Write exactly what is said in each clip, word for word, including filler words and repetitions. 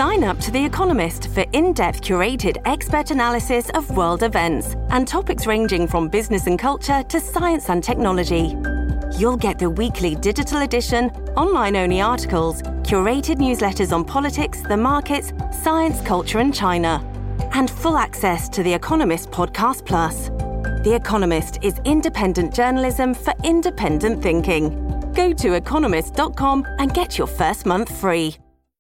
Sign up to The Economist for in-depth curated expert analysis of world events and topics ranging from business and culture to science and technology. You'll get the weekly digital edition, online-only articles, curated newsletters on politics, the markets, science, culture and China, and full access to The Economist Podcast Plus. The Economist is independent journalism for independent thinking. Go to economist dot com and get your first month free.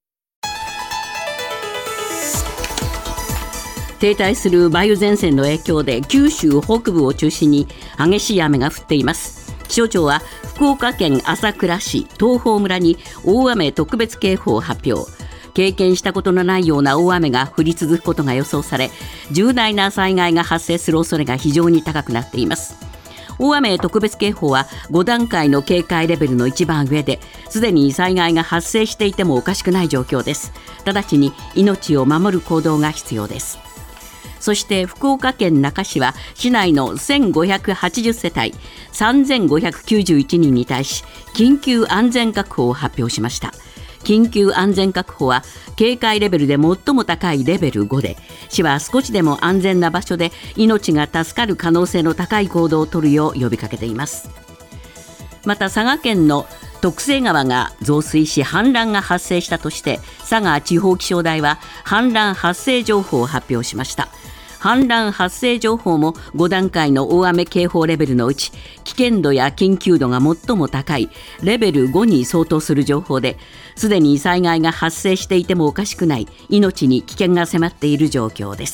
停滞する梅雨前線の影響で九州北部を中心に激しい雨が降っています。気象庁は福岡県朝倉市東峰村に大雨特別警報を発表。経験したことのないような大雨が降り続くことが予想され、重大な災害が発生する恐れが非常に高くなっています。大雨特別警報はご段階の警戒レベルの一番上で、すでに災害が発生していてもおかしくない状況です。直ちに命を守る行動が必要です。そして福岡県那珂市は市内のせんごひゃくはちじゅうせたいさんぜんごひゃくきゅうじゅういちにんに対し緊急安全確保を発表しました。緊急安全確保は警戒レベルで最も高いレベルごで、市は少しでも安全な場所で命が助かる可能性の高い行動を取るよう呼びかけています。また佐賀県の徳須恵川が増水し氾濫が発生したとして、佐賀地方気象台は氾濫発生情報を発表しました。氾濫発生情報もご段階の大雨警報レベルのうち危険度や緊急度が最も高いレベルごに相当する情報で、すでに災害が発生していてもおかしくない命に危険が迫っている状況です。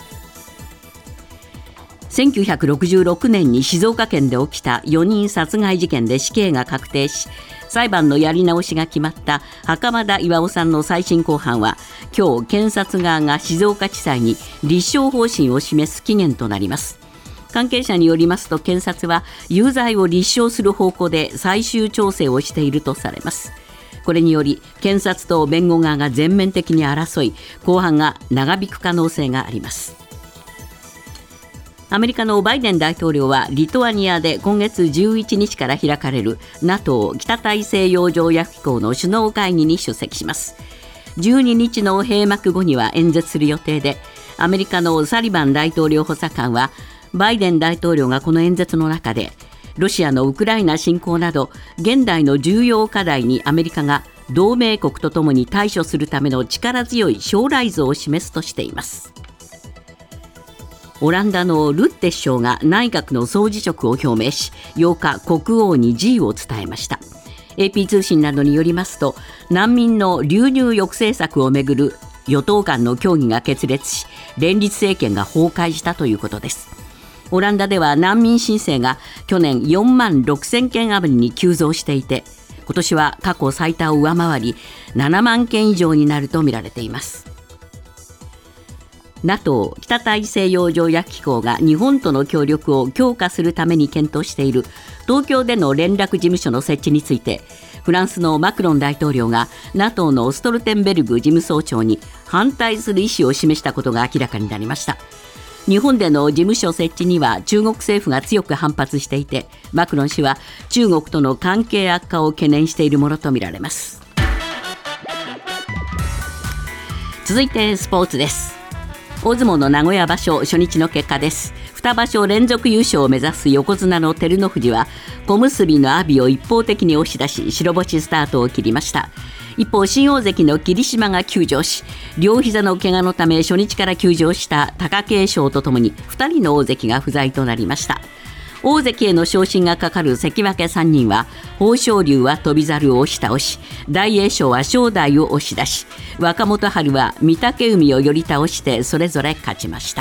せんきゅうひゃくろくじゅうろくねんに静岡県で起きたよにん殺害事件で死刑が確定し、裁判のやり直しが決まった袴田巌さんの再審公判は今日検察側が静岡地裁に立証方針を示す期限となります。関係者によりますと、検察は有罪を立証する方向で最終調整をしているとされます。これにより検察と弁護側が全面的に争い、公判が長引く可能性があります。アメリカのバイデン大統領はリトアニアで今月じゅういちにちから開かれる ナトー 北大西洋条約機構の首脳会議に出席します。じゅうににちの閉幕後には演説する予定で、アメリカのサリバン大統領補佐官はバイデン大統領がこの演説の中で、ロシアのウクライナ侵攻など現代の重要課題にアメリカが同盟国とともに対処するための力強い将来像を示すとしています。オランダのルッテ首相が内閣の総辞職を表明し、ようか国王に辞意を伝えました。 エーピー 通信などによりますと、難民の流入抑制策をめぐる与党間の協議が決裂し、連立政権が崩壊したということです。オランダでは難民申請が去年よんまんろくせんけん余りに急増していて、今年は過去最多を上回りななまんけん以上になるとみられています。ナトー 北大西洋条約機構が日本との協力を強化するために検討している東京での連絡事務所の設置について、フランスのマクロン大統領が ナトー のストルテンベルグ事務総長に反対する意思を示したことが明らかになりました。日本での事務所設置には中国政府が強く反発していて、マクロン氏は中国との関係悪化を懸念しているものとみられます。続いてスポーツです。大相撲の名古屋場所初日の結果です。に場所連続優勝を目指す横綱の照ノ富士は小結の阿炎を一方的に押し出し白星スタートを切りました。一方、新大関の霧島が休場し、両膝の怪我のため初日から休場した貴景勝とともにふたりの大関が不在となりました。大関への昇進がかかる関脇さんにんは、豊昇龍は翔猿を押し倒し、大栄翔は正代を押し出し、若元春は御嶽海を寄り倒してそれぞれ勝ちました。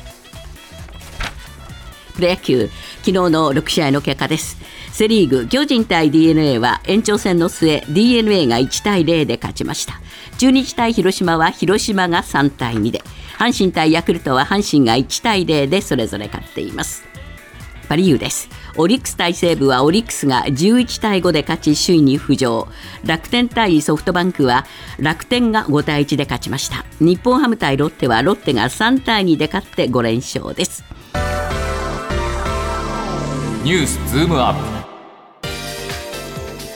プロ野球、昨日のろくしあいの結果です。セリーグ、巨人対 ディーエヌエー は延長戦の末 ディーエヌエー がいちたいゼロで勝ちました。中日対広島は広島がさんたいにで、阪神対ヤクルトは阪神がいちたいゼロでそれぞれ勝っています。パリーグです。オリックス対西武はオリックスがじゅういちたいごで勝ち首位に浮上。楽天対ソフトバンクは楽天がごたいいちで勝ちました。日本ハム対ロッテはロッテがさんたいにで勝ってごれんしょうです。 ニュースズームアップ。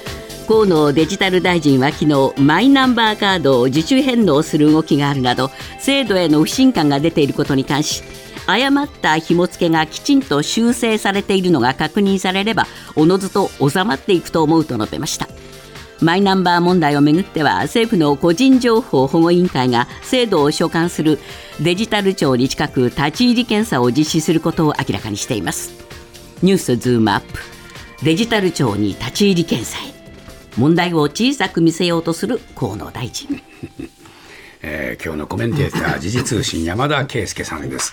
河野デジタル大臣は昨日マイナンバーカードを自主返納する動きがあるなど制度への不信感が出ていることに関し、誤った紐付けがきちんと修正されているのが確認されればおのずと収まっていくと思うと述べました。マイナンバー問題をめぐっては政府の個人情報保護委員会が制度を所管するデジタル庁に近く立ち入り検査を実施することを明らかにしています。ニュースズームアップ、デジタル庁に立ち入り検査へ、問題を小さく見せようとする河野大臣えー、今日のコメンテーター時事通信山田圭介さんです。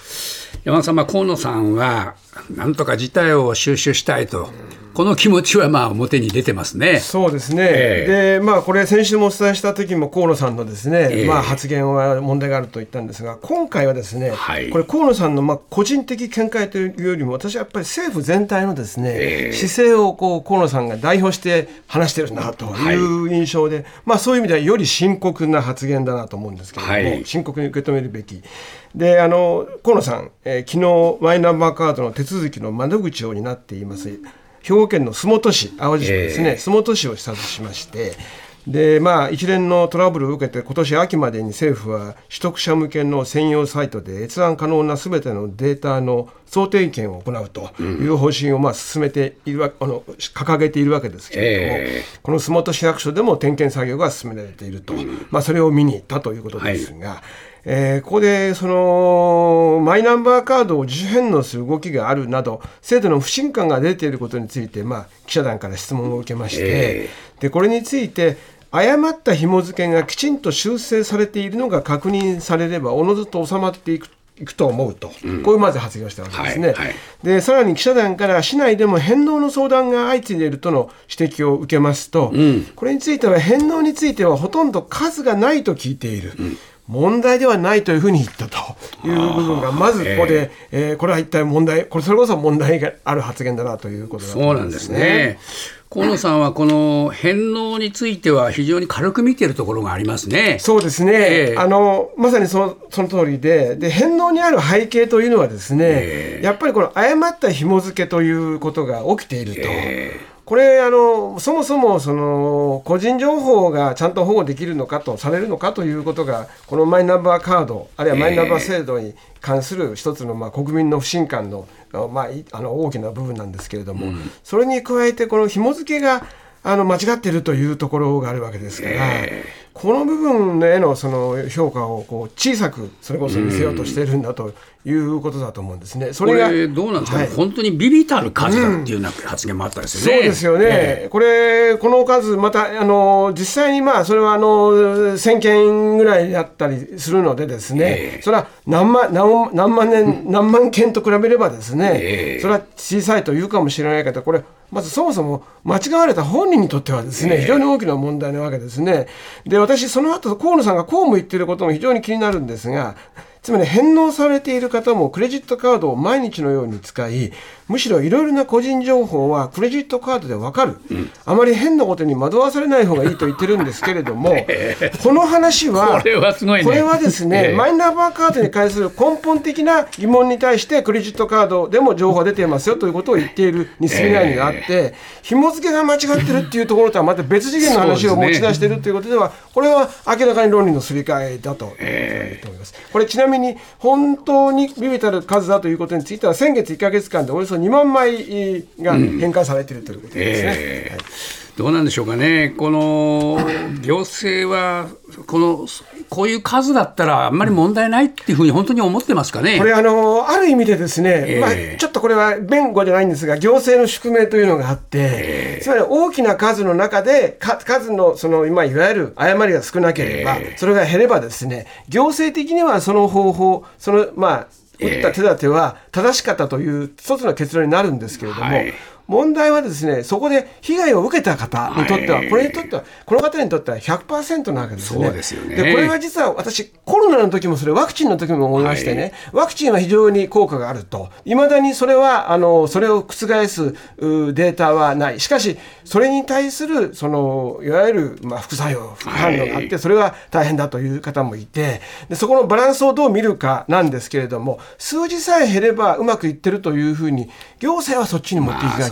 山田さん、まあ、河野さんはなんとか事態を収拾したいと、この気持ちはまあ表に出てますね。 そうですね、 えー、 でまあ、これ先週もお伝えした時も河野さんのですね、 えーまあ、発言は問題があると言ったんですが、今回はですね、 はい、 これ河野さんのまあ個人的見解というよりも、私はやっぱり政府全体のですね、 えー、 姿勢をこう河野さんが代表して話してるなという印象で、はい、まあ、そういう意味ではより深刻な発言だなと思うんですけれども、はい、深刻に受け止めるべきで、あの河野さん、えー、昨日マイナンバーカードの手続きの窓口を担っています兵庫県の洲本市、淡路島ですね、洲本市を視察しまして、で、まあ、一連のトラブルを受けて今年秋までに政府は取得者向けの専用サイトで閲覧可能なすべてのデータの総点検を行うという方針をまあ進めているわ、あの掲げているわけですけれども、えー、この洲本市役所でも点検作業が進められていると、うん、まあ、それを見に行ったということですが、はい、えー、ここでそのマイナンバーカードを自主返納する動きがあるなど制度の不信感が出ていることについて、まあ、記者団から質問を受けまして、えー、でこれについて誤った紐付けがきちんと修正されているのが確認されればおのずと収まっていくいくと思うと、うん、こういうまず発言をしたわけですね、はいはい、でさらに記者団から市内でも返納の相談が相次いでいるとの指摘を受けますと、うん、これについては返納についてはほとんど数がないと聞いている、うん、問題ではないというふうに言ったという部分がまずここで、えーえー、これは一体問題、これそれこそ問題がある発言だなということだと思いますね。 そうなんですね。河野さんはこの返納については非常に軽く見ているところがありますね。 そうですね、えー、あのまさにその、その通り で, で返納にある背景というのはですね、えー、やっぱりこの誤った紐付けということが起きていると、えーこれあのそもそもその個人情報がちゃんと保護できるのかとされるのかということがこのマイナンバーカードあるいはマイナンバー制度に関する一つのまあ国民の不信感のまああの大きな部分なんですけれども、うん、それに加えてこの紐付けがあの間違っているというところがあるわけですから、えー、この部分へのその評価をこう小さくそれこそ見せようとしているんだということだと思うんですね。それがこれどうなんですかね、はい、本当にビビたる数だっていうような発言もあったですよね、 うん、そうですよね、えー、これこの数またあの実際にまあそれはあのせんけんぐらいだったりするのでですね、えー、それは何万、何、何万年何万件と比べればですね、えー、それは小さいというかもしれないけどこれまずそもそも間違われた本人にとってはですね、えー、非常に大きな問題なわけですね。で私その後河野さんがこうも言っていることも非常に気になるんですが、つまり返納されている方もクレジットカードを毎日のように使いむしろいろいろな個人情報はクレジットカードで分かる、うん、あまり変なことに惑わされない方がいいと言ってるんですけれども、えー、この話はこれはすごいね、 これはですね、えー、マイナンバーカードに関する根本的な疑問に対してクレジットカードでも情報が出ていますよということを言っているに過ぎないのがあって、えー、紐付けが間違ってるっていうところとはまた別次元の話を持ち出しているということでは、これは明らかに論理のすり替えだと思います。これちなみに本当に微々たる数だということについては先月いっかげつかんでおよそにまんまいが返還されているということですね、うんえーはい、 どうなんでしょうかね。この行政はこのこういう数だったらあんまり問題ないっていうふうに本当に思ってますかね。 これあのある意味でですね、えーまあ、ちょっとこれは弁護じゃないんですが行政の宿命というのがあって、えー、つまり大きな数の中でか数のその今いわゆる誤りが少なければ、えー、それが減ればですね行政的にはその方法そのまあ打った手立ては正しかったという一つの結論になるんですけれども、はい、問題はですねそこで被害を受けた方にとっては、はい、これにとってはこの方にとっては ひゃくパーセント なわけですね。 そうですよね。 でこれは実は私コロナの時もそれワクチンの時も思いましてね、はい、ワクチンは非常に効果があるといまだにそれはあのそれを覆すデータはない。しかしそれに対するそのいわゆる、まあ、副作用副反応があって、はい、それは大変だという方もいてでそこのバランスをどう見るかなんですけれども数字さえ減ればうまくいってるというふうに行政はそっちに持っていきがち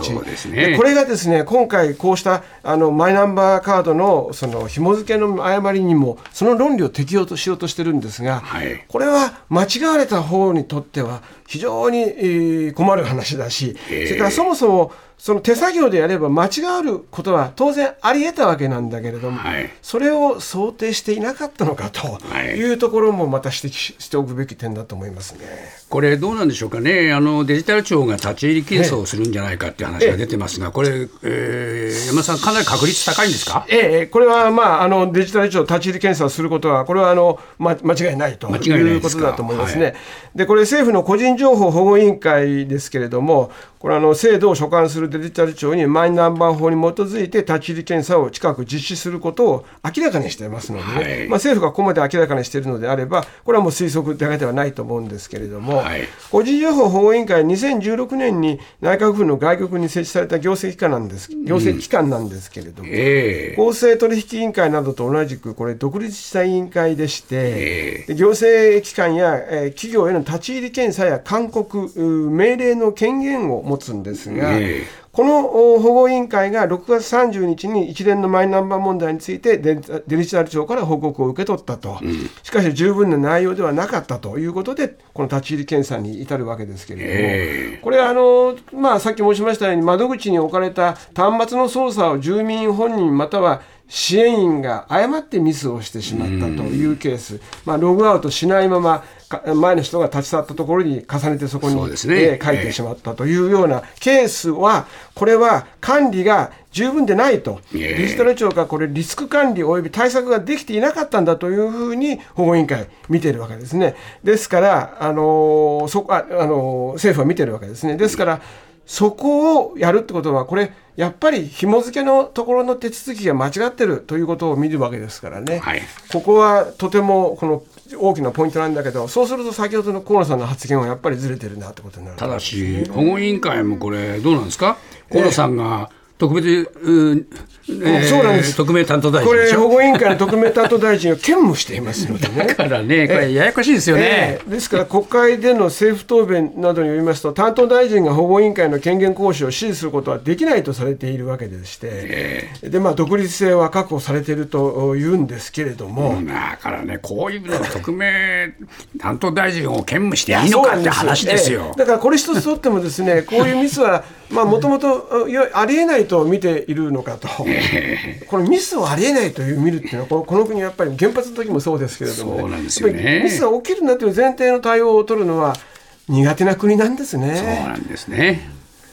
ち、 そうですね、 でこれがですね今回こうしたあのマイナンバーカードのその紐付けの誤りにもその論理を適用としようとしてるんですが、はい、これは間違われた方にとっては非常に、えー、困る話だし、それからそもそもその手作業でやれば間違わることは当然あり得たわけなんだけれども、はい、それを想定していなかったのかというところもまた指摘しておくべき点だと思いますね。 これどうなんでしょうかね。あのデジタル庁が立ち入り検査をするんじゃないかっていう話が出てますが、これ、えー、山田さんかなり確率高いんですか。 ええ、これは、まあ、あのデジタル庁立ち入り検査をすることはこれはあの、ま、間違いないということだと思いますね。はい、でこれ政府の個人情報保護委員会ですけれども、これあの制度を所管するデジタル庁にマイナンバー法に基づいて立ち入り検査を近く実施することを明らかにしていますので、ね、はい、まあ、政府がここまで明らかにしているのであればこれはもう推測だけではないと思うんですけれども、はい、個人情報保護委員会はにせんじゅうろくねんに内閣府の外局に設置された行政機関なんです行政機関なんですけれども、うん、えー、公正取引委員会などと同じくこれ独立した委員会でして、えー、行政機関や、えー、企業への立ち入り検査や勧告命令の権限を持つんですが、えー、この保護委員会がろくがつさんじゅうにちに一連のマイナンバー問題についてデジタル庁から報告を受け取ったと、うん、しかし十分な内容ではなかったということでこの立ち入り検査に至るわけですけれども、えー、これはあの、まあ、さっき申しましたように窓口に置かれた端末の操作を住民本人または支援員が誤ってミスをしてしまったというケース、うん、まあ、ログアウトしないまま前の人が立ち去ったところに重ねてそこにそうですね、えー、書いてしまったというようなケースはこれは管理が十分でないと、デジタル庁がこれリスク管理および対策ができていなかったんだというふうに保護委員会見ているわけですね。ですからあのそああの政府は見ているわけですね。ですからそこをやるってことはこれやっぱり紐付けのところの手続きが間違ってるということを見るわけですからね、はい、ここはとてもこの大きなポイントなんだけど、そうすると先ほどの河野さんの発言はやっぱりずれてるなってことになる。 ただし保護委員会もこれどうなんですか。河野さんが特別、うんえー、そうなんです。特命担当大臣でしょ。 これ保護委員会の特命担当大臣を兼務していますのでね。 だからね、これややこしいですよね。 えー、ですから国会での政府答弁などによりますと、担当大臣が保護委員会の権限行使を指示することはできないとされているわけでして、えー、でまあ独立性は確保されているというんですけれども、 うん、だからね、こういうの特命担当大臣を兼務していいのかって話ですよ。 えー、だからこれ一つとってもですね、こういうミスはまあもともとありえないと見ているのかと、このミスをありえないという見るっていうのはこの、この国はやっぱり原発の時もそうですけれども、ね、 そうなんですよね、 ミスが起きるんだという前提の対応を取るのは苦手な国なんですね。 そうなんですね。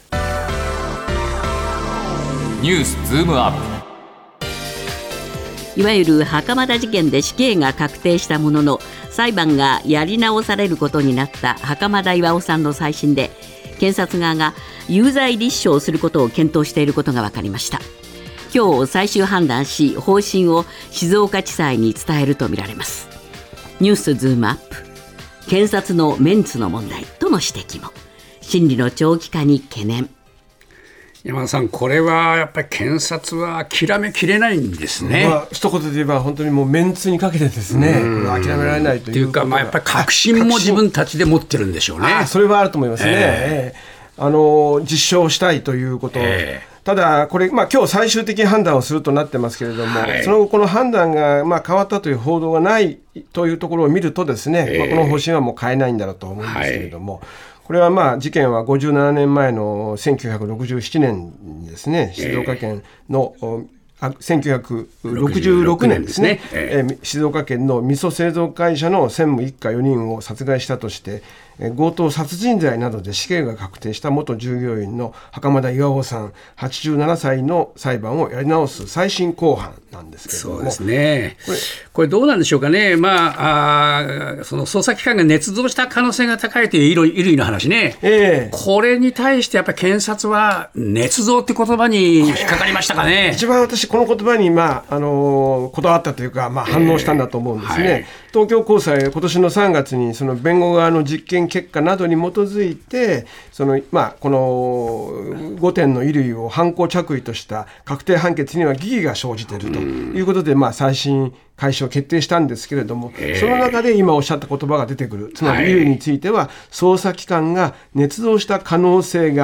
ニュースズームアップ。いわゆる袴田事件で死刑が確定したものの裁判がやり直されることになった袴田巌さんの再審で、検察側が有罪立証することを検討していることが分かりました。今日最終判断し、方針を静岡地裁に伝えるとみられます。ニュースズームアップ。検察のメンツの問題との指摘も。審理の長期化に懸念。 山田さん、これはやっぱり検察は諦めきれないんですね。 まあ、一言で言えば本当にもうメンツにかけてですね、これ諦められないということが、というか、 まあ、やっぱり確信も自分たちで持ってるんでしょうね。 あ、それはあると思いますね。えー、あの実証したいということ、えーただこれ、まあ、今日最終的判断をするとなってますけれども、はい、その後この判断がまあ変わったという報道がないというところを見るとですね、えーまあ、この方針はもう変えないんだろうと思うんですけれども、はい、これはまあ事件はごじゅうななねんまえのせんきゅうひゃくろくじゅうななねんにですね、静岡県の、えーあせんきゅうひゃくろくじゅうろくねんですね、えー、静岡県の味噌製造会社の専務一家よにんを殺害したとして、えー、強盗殺人罪などで死刑が確定した元従業員の袴田巌さんはちじゅうななさいの裁判をやり直す再審公判なんですけれども、 そうですね、これ、これどうなんでしょうかね。まあ、あその捜査機関が捏造した可能性が高いという衣類の話ね、えー、これに対してやっぱり検察は捏造って言葉に引っかかりましたかね。 一番私この言葉に、まああのー、こだわったというか、まあ、反応したんだと思うんですね、えーはい、東京高裁今年のさんがつにその弁護側の実験結果などに基づいてその、まあ、このごてんの衣類を犯行着衣とした確定判決には疑義が生じているということで、まあ、再審開始を決定したんですけれども、えー、その中で今おっしゃった言葉が出てくる。つまり衣類については捜査機関が捏造した可能性が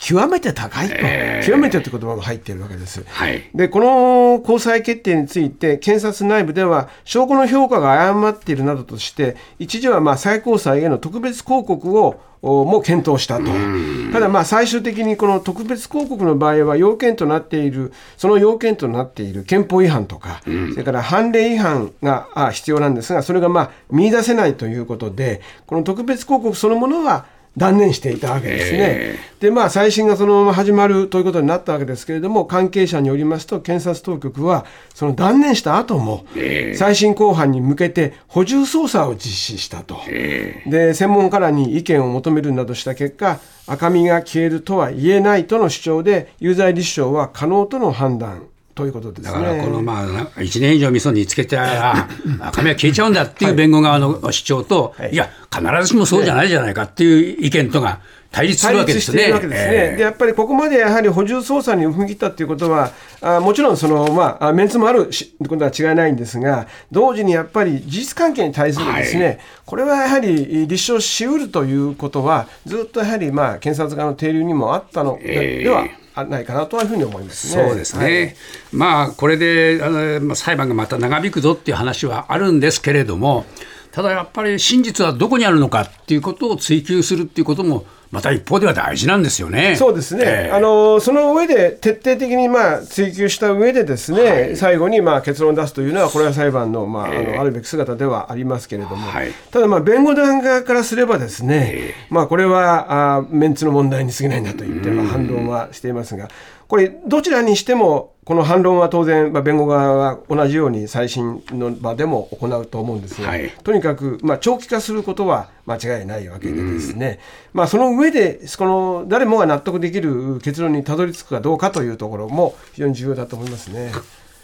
極めて高いと、えー、極めてという言葉も入っているわけです、 はい、 でこの高裁決定について検察内部では証拠の評価が誤っているなどとして一時はまあ最高裁への特別抗告をも検討したと。ただまあ最終的にこの特別抗告の場合は要件となっているその要件となっている憲法違反とか、うん、それから判例違反が必要なんですがそれがまあ見出せないということでこの特別抗告そのものは断念していたわけですね、えー、でまあ再審がそのまま始まるということになったわけですけれども関係者によりますと検察当局はその断念した後も再審公判に向けて補充捜査を実施したと、えー、で専門家らに意見を求めるなどした結果赤みが消えるとは言えないとの主張で有罪立証は可能との判断ということですね。 だからこのまあいちねん以上味噌につけたら赤みは消えちゃうんだっていう弁護側の主張と、はい、いや必ずしもそうじゃないじゃないかっていう意見とが対立するわけですね。 対立しているわけですね、えー、でやっぱりここまでやはり補充捜査に踏み切ったということはあもちろんその、まあ、メンツもあることは違いないんですが同時にやっぱり事実関係に対するですね、はい、これはやはり立証しうるということはずっとやはりまあ検察側の定流にもあったので、えー、ではないかなというふうに思いますね。 そうですね、はい、まあこれであの裁判がまた長引くぞっていう話はあるんですけれどもただやっぱり真実はどこにあるのかっていうことを追求するっていうこともまた一方では大事なんですよね。 そうですね、 えー、 あのその上で徹底的にまあ追及した上でですね、はい、最後にまあ結論を出すというのはこれは裁判の、まあ、あのあるべき姿ではありますけれども、はい、ただまあ弁護団側からすればですね、えーまあ、これはあメンツの問題に過ぎないんだと言ってまあ反論はしていますがこれどちらにしてもこの反論は当然、まあ、弁護側は同じように再審の場でも行うと思うんですが、はい、とにかく、まあ、長期化することは間違いないわけでですね、まあ、その上でこの誰もが納得できる結論にたどり着くかどうかというところも非常に重要だと思いますね。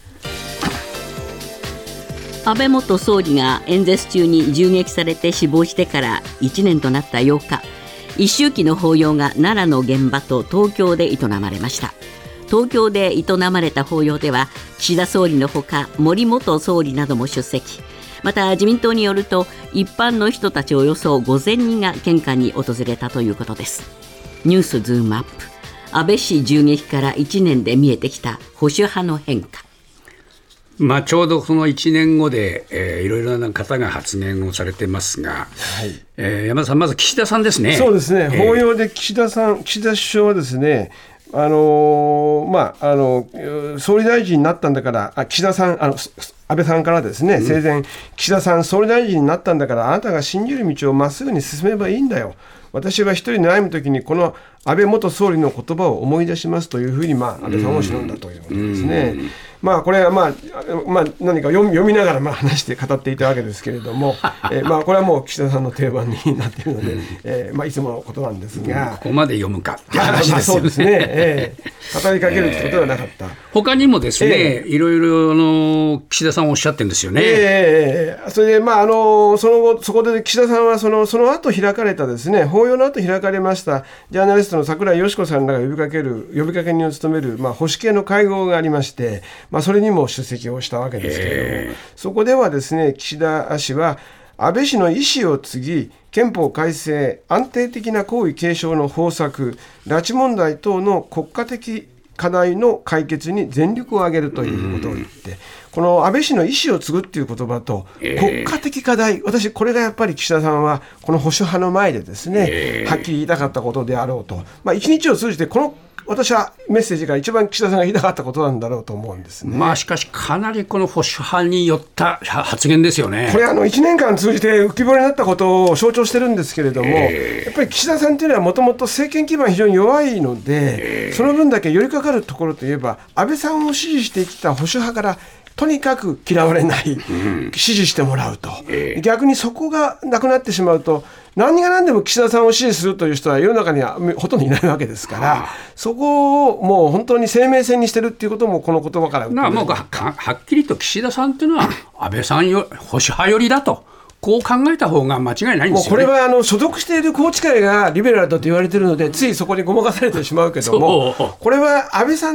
安倍元総理が演説中に銃撃されて死亡してからいちねんとなったようか一周忌の法要が奈良の現場と東京で営まれました。東京で営まれた法要では岸田総理のほか森元総理なども出席また自民党によると一般の人たちおよそごせんにんが献花に訪れたということです。ニュースズームアップ安倍氏銃撃からいちねんで見えてきた保守派の変化まあ、ちょうどそのいちねんごで、えー、いろいろな方が発言をされてますが、はいえー、山田さんまず岸田さんですね。 そうですね、法要で岸田さん岸田首相はですねあのーまあ、あの総理大臣になったんだからあ岸田さんあの安倍さんからですね、うん、生前岸田さん総理大臣になったんだからあなたが信じる道をまっすぐに進めばいいんだよ私は一人悩むときにこの安倍元総理の言葉を思い出しますというふうに、まあ、安倍さんを忍んだということですね。まあ、これは、まあまあ、何か読み、読みながらまあ話して語っていたわけですけれども、えーまあ、これはもう岸田さんの定番になっているので、えーまあ、いつものことなんですが、 ここまで読むかって話ですよね。 そうですね、えー、語りかけるということではなかった、えー、 他にもですね、えー、いろいろあの岸田さんおっしゃってるんですよね。 えー、それで、まあ、あのその後そこで岸田さんはそのその後開かれたですね法要の後開かれましたジャーナリストの櫻井よし子さんらが呼びかける呼びかけ人を務める、まあ、保守系の会合がありまして、まあ、それにも出席をしたわけですけれども、えー、そこではですね岸田氏は安倍氏の意思を継ぎ憲法改正安定的な皇位継承の方策拉致問題等の国家的課題の解決に全力を挙げるということを言って、この安倍氏の意思を継ぐっていう言葉と国家的課題、私これがやっぱり岸田さんはこの保守派の前でですねはっきり言いたかったことであろうと、まあ、一日を通じてこの私はメッセージが一番岸田さんが言いたかったことなんだろうと思うんですね。 まあしかしかなりこの保守派によった発言ですよね。 これあのいちねんかん通じて浮き彫りになったことを象徴してるんですけれども、えー、やっぱり岸田さんというのはもともと政権基盤非常に弱いので、えー、その分だけ寄りかかるところといえば安倍さんを支持してきた保守派からとにかく嫌われない、うん、支持してもらうと、えー、逆にそこがなくなってしまうと何が何でも岸田さんを支持するという人は世の中にはほとんどいないわけですから、はあ、そこをもう本当に生命線にしてるっていうこともこの言葉からなもう は, はっきりと岸田さんというのは安倍さんよ保守派寄りだとこう考えた方が間違いないんですよね。 もうこれはあの所属している宏池会がリベラルだと言われているのでついそこにごまかされてしまうけどもこれは安倍さん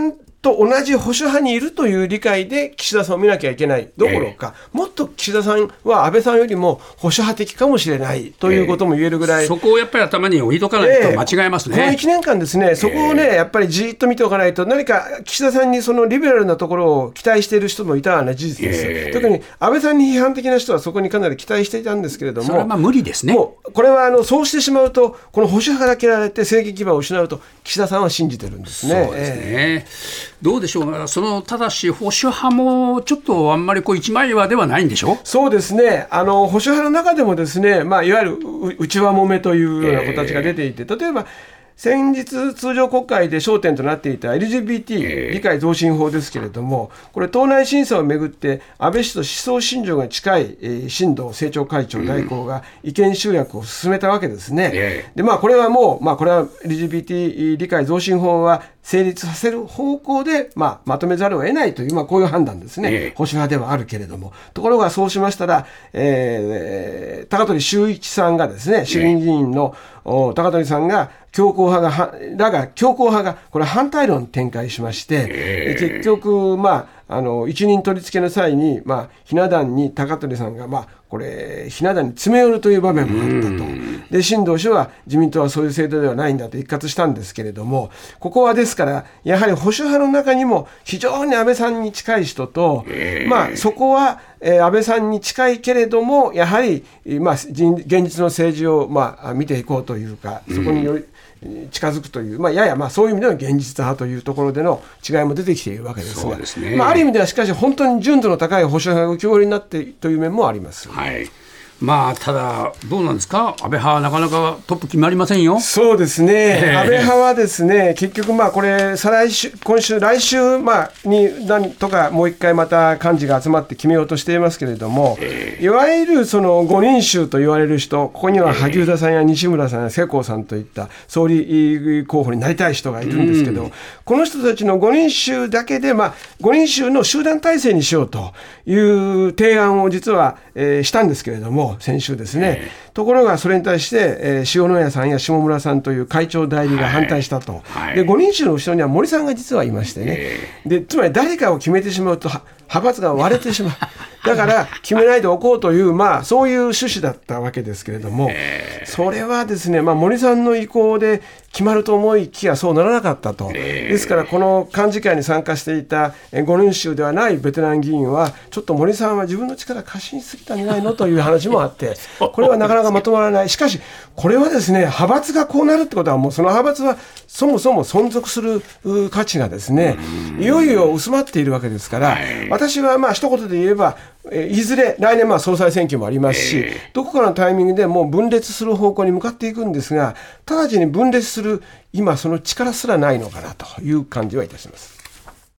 と同じ保守派にいるという理解で岸田さんを見なきゃいけないどころか、えー、もっと岸田さんは安倍さんよりも保守派的かもしれないということも言えるぐらい、 えー、そこをやっぱり頭に置いとかないと間違えますね、 えー、このいちねんかんですね、そこをね、えー、やっぱりじっと見ておかないと、何か岸田さんにそのリベラルなところを期待している人もいたのは事実です、えー、特に安倍さんに批判的な人はそこにかなり期待していたんですけれども、 それはまあ無理ですね。 もうこれはあのそうしてしまうと、この保守派が嫌われて政権基盤を失うと岸田さんは信じてるんですね。 そうですね、えー、どうでしょうが、そのただし保守派もちょっとあんまりこう一枚岩ではないんでしょ。 そうですね、あの保守派の中でもですね、まあ、いわゆる内輪もめというような子たちが出ていて、えー、例えば先日通常国会で焦点となっていた エルジービーティー 理解増進法ですけれども、これ党内審査をめぐって安倍氏と思想信条が近い、えー、新藤政調会長代行が意見集約を進めたわけですね、うん、でまあ、これはもう、まあ、これは エルジービーティー 理解増進法は成立させる方向で、まあ、まとめざるを得ないという、まあ、こういう判断ですね、えー、保守派ではあるけれども、ところがそうしましたら、えー、高鳥修一さんがですね、衆院議員の、えー、高鳥さんが強硬派がらが強硬派がこれ反対論を展開しまして、えー、結局、まあ、あの一任取り付けの際に、まあ、ひな壇に高鳥さんが、まあ、これひな壇に詰め寄るという場面もあったと。で新藤氏は自民党はそういう制度ではないんだと一括したんですけれども、ここはですからやはり保守派の中にも非常に安倍さんに近い人と、まあ、そこは、えー、安倍さんに近いけれどもやはり、まあ、現実の政治を、まあ、見ていこうというか、そこにより近づくという、まあ、ややまあそういう意味での現実派というところでの違いも出てきているわけですが、そうですね、まあ、ある意味ではしかし本当に純度の高い保守派が浮き彫りになっているという面もあります、 はい。まあ、ただどうなんですか、安倍派はなかなかトップ決まりませんよ。 そうですね、えー、安倍派はですね、結局まあこれ再来週今週来週まあに何とかもう一回また幹事が集まって決めようとしていますけれども、えー、いわゆるその五人衆と言われる人、ここには萩生田さんや西村さんや世耕さんといった総理候補になりたい人がいるんですけど、うん、この人たちの五人衆だけで、まあ、五人衆の集団体制にしようという提案を実は、えー、したんですけれども、先週ですね、えー、ところがそれに対して、えー、塩谷さんや下村さんという会長代理が反対したと、はいはい、でごにん衆の後ろには森さんが実はいましてね、えー、でつまり誰かを決めてしまうと派閥が割れてしまうだから決めないでおこうという、まあ、そういう趣旨だったわけですけれども、えー、それはですね、まあ、森さんの意向で決まると思いきやそうならなかったと、えー、ですからこの幹事会に参加していたごにん衆ではないベテラン議員はちょっと森さんは自分の力過信しすぎたんじゃないのという話もあってこれはなかなかまとまらない。しかしこれはですね、派閥がこうなるってことはもうその派閥はそもそも存続する価値がですね、いよいよ薄まっているわけですから、はい、私はまあ一言で言えばえいずれ来年まあ総裁選挙もありますし、えー、どこかのタイミングでもう分裂する方向に向かっていくんですが、直ちに分裂する今その力すらないのかなという感じはいたします。